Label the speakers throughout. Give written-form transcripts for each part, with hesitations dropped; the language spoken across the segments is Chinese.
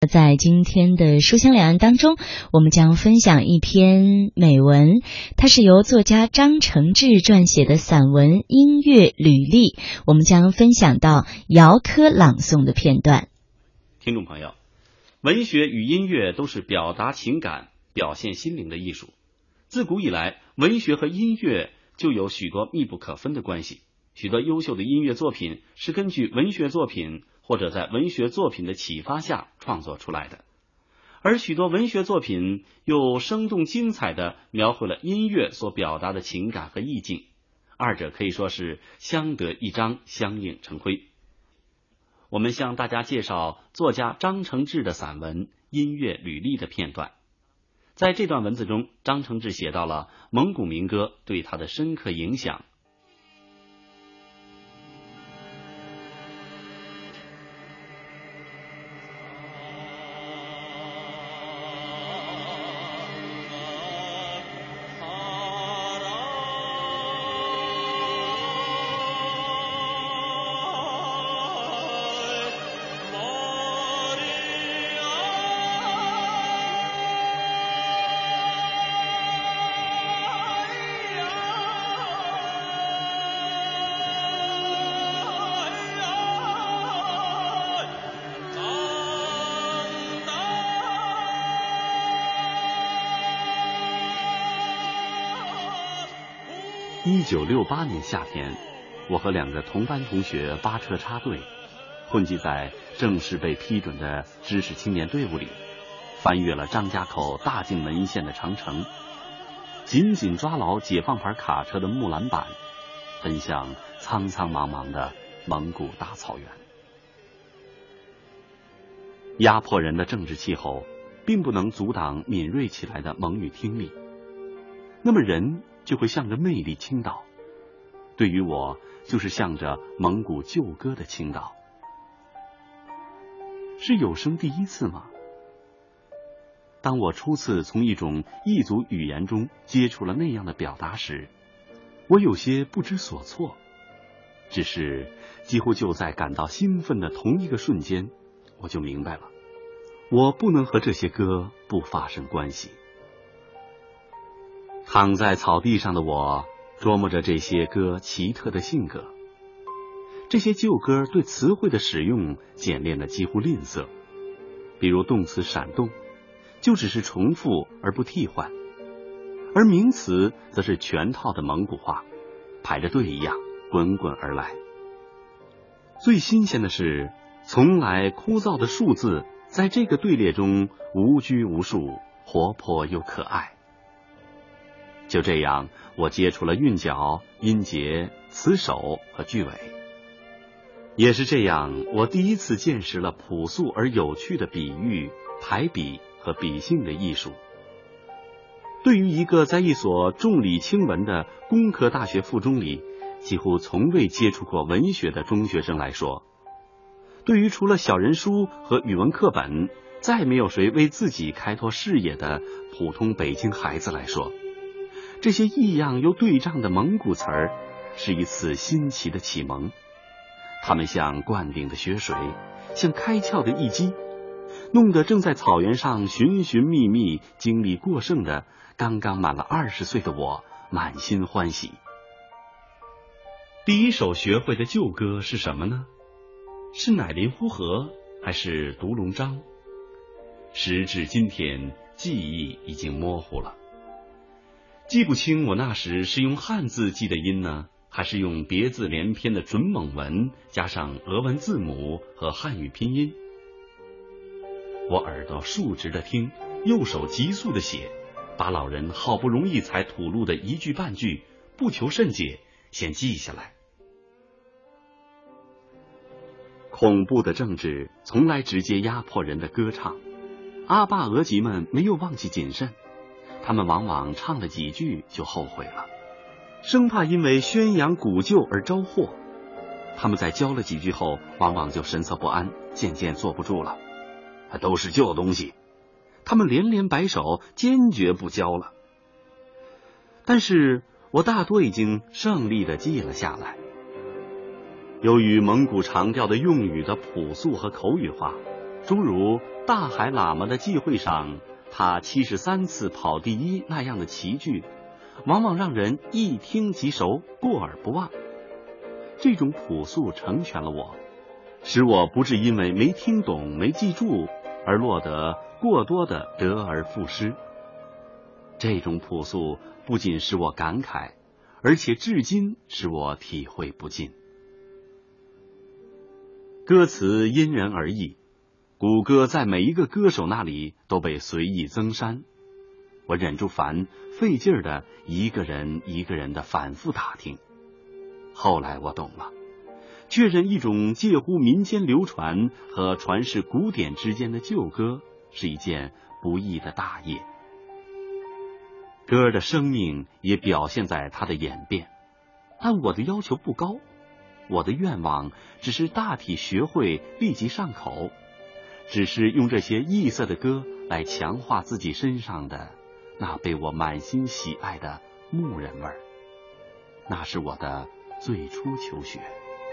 Speaker 1: 在今天的书香两岸当中，我们将分享一篇美文，它是由作家张承志撰写的散文音乐履历，我们将分享到姚科朗诵的片段。
Speaker 2: 听众朋友，文学与音乐都是表达情感、表现心灵的艺术。自古以来，文学和音乐就有许多密不可分的关系。许多优秀的音乐作品是根据文学作品或者在文学作品的启发下创作出来的，而许多文学作品又生动精彩地描绘了音乐所表达的情感和意境，二者可以说是相得益彰，相映成辉。我们向大家介绍作家张承志的散文《音乐履历》的片段。在这段文字中，张承志写到了蒙古民歌对他的深刻影响。1968年夏天，我和2个同班同学扒车插队，混迹在正式被批准的知识青年队伍里，翻越了张家口大境门线的长城，紧紧抓牢解放牌卡车的木栏板，奔向苍苍茫茫的蒙古大草原。压迫人的政治气候并不能阻挡敏锐起来的蒙语听力，那么人就会向着魅力倾倒。对于我，就是向着蒙古旧歌的倾倒。是有生第一次吗？当我初次从一种异族语言中接触了那样的表达时，我有些不知所措。只是几乎就在感到兴奋的同一个瞬间，我就明白了，我不能和这些歌不发生关系。躺在草地上的我琢磨着这些歌奇特的性格。这些旧歌对词汇的使用简练的几乎吝啬，比如动词闪动就只是重复而不替换，而名词则是全套的蒙古话，排着队一样滚滚而来。最新鲜的是，从来枯燥的数字在这个队列中无拘无束，活泼又可爱。就这样，我接触了韵脚、音节、词首和句尾。也是这样，我第一次见识了朴素而有趣的比喻、排比和比兴的艺术。对于一个在一所重理轻文的工科大学附中里几乎从未接触过文学的中学生来说，对于除了小人书和语文课本再没有谁为自己开拓视野的普通北京孩子来说，这些异样又对仗的蒙古词儿是一次新奇的启蒙。它们像灌顶的雪水，像开窍的一击，弄得正在草原上寻寻觅觅精力过剩的刚刚满了20岁的我满心欢喜。第一首学会的旧歌是什么呢？是乃林呼和还是独龙章？时至今天，记忆已经模糊了，记不清我那时是用汉字记的音呢，还是用别字连篇的准蒙文加上俄文字母和汉语拼音。我耳朵竖直的听，右手急速的写，把老人好不容易才吐露的一句半句不求甚解先记下来。恐怖的政治从来直接压迫人的歌唱，阿坝额吉们没有忘记谨慎，他们往往唱了几句就后悔了，生怕因为宣扬古旧而招祸。他们在教了几句后，往往就神色不安，渐渐坐不住了。都是旧东西，他们连连摆手，坚决不教了。但是我大多已经胜利地记了下来。由于蒙古长调的用语的朴素和口语化， 诸如大海喇嘛的忌讳上他73次跑第一那样的奇句，往往让人一听即熟，过耳不忘。这种朴素成全了我，使我不致因为没听懂没记住而落得过多的得而复失。这种朴素不仅使我感慨，而且至今使我体会不尽。歌词因人而异，古歌在每一个歌手那里都被随意增删，我忍住烦，费劲儿的一个人一个人的反复打听。后来我懂了，确认一种介乎民间流传和传世古典之间的旧歌是一件不易的大业。歌的生命也表现在它的演变。按我的要求不高，我的愿望只是大体学会，立即上口，只是用这些异色的歌来强化自己身上的那被我满心喜爱的牧人味儿。那是我的最初求学。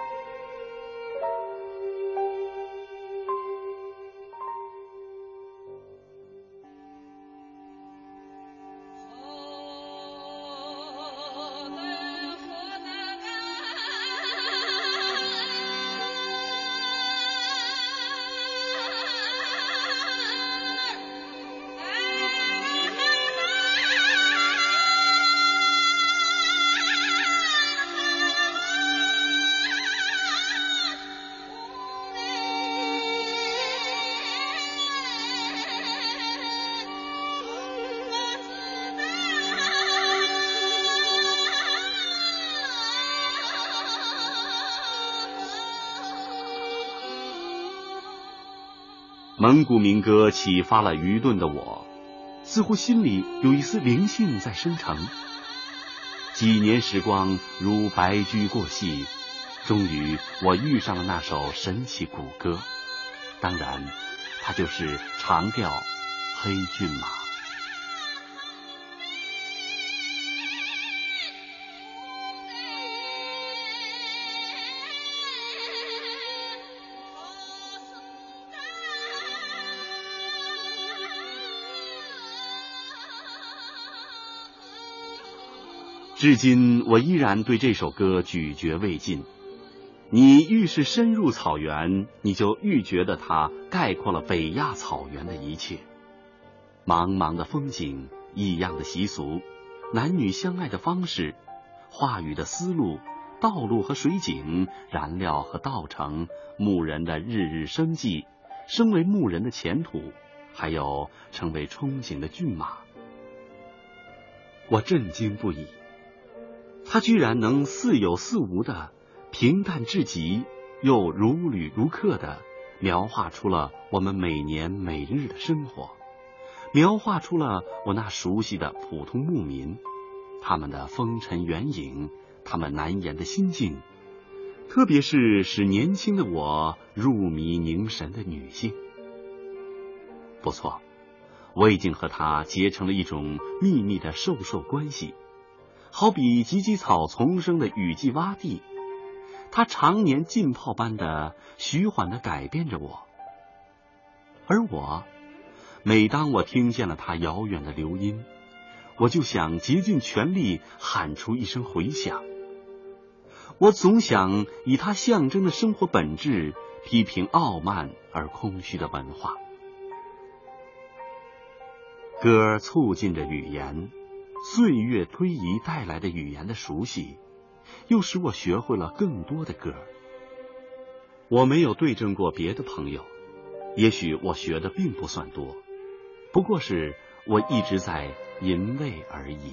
Speaker 2: 蒙古民歌启发了愚钝的我，似乎心里有一丝灵性在生成。几年时光如白驹过隙，终于我遇上了那首神奇古歌，当然它就是长调《黑骏马》。至今我依然对这首歌咀嚼未尽。你愈是深入草原，你就愈觉得它概括了北亚草原的一切。茫茫的风景，异样的习俗，男女相爱的方式，话语的思路，道路和水井，燃料和稻城，牧人的日日生计，身为牧人的前途，还有成为憧憬的骏马。我震惊不已，他居然能似有似无的平淡至极，又如履如刻的描画出了我们每年每日的生活，描画出了我那熟悉的普通牧民，他们的风尘远影，他们难言的心境，特别是使年轻的我入迷凝神的女性。不错，我已经和她结成了一种秘密的授受关系，好比芨芨草丛生的雨季洼地，它常年浸泡般的徐缓地改变着我。而我，每当我听见了它遥远的流音，我就想竭尽全力喊出一声回响。我总想以它象征的生活本质批评傲慢而空虚的文化。歌促进着语言，岁月推移带来的语言的熟悉，又使我学会了更多的歌。我没有对证过别的朋友，也许我学的并不算多，不过是我一直在吟味而已。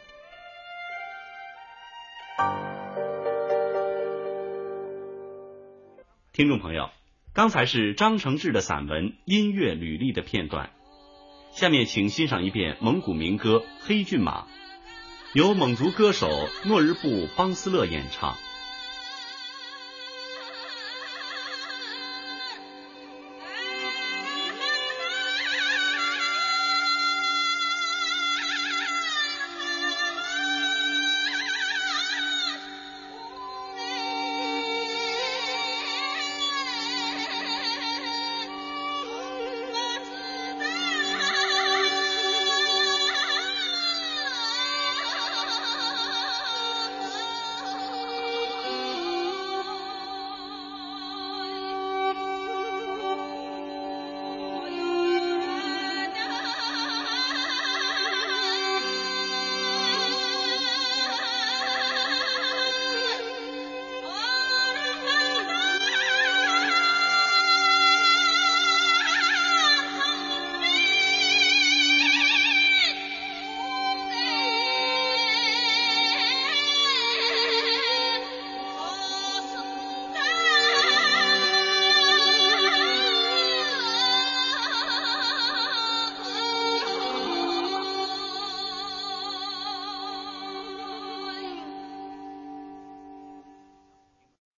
Speaker 2: 听众朋友，刚才是张承志的散文《音乐履历》的片段，下面请欣赏一遍蒙古民歌《黑骏马》，由蒙族歌手诺日布邦斯勒演唱。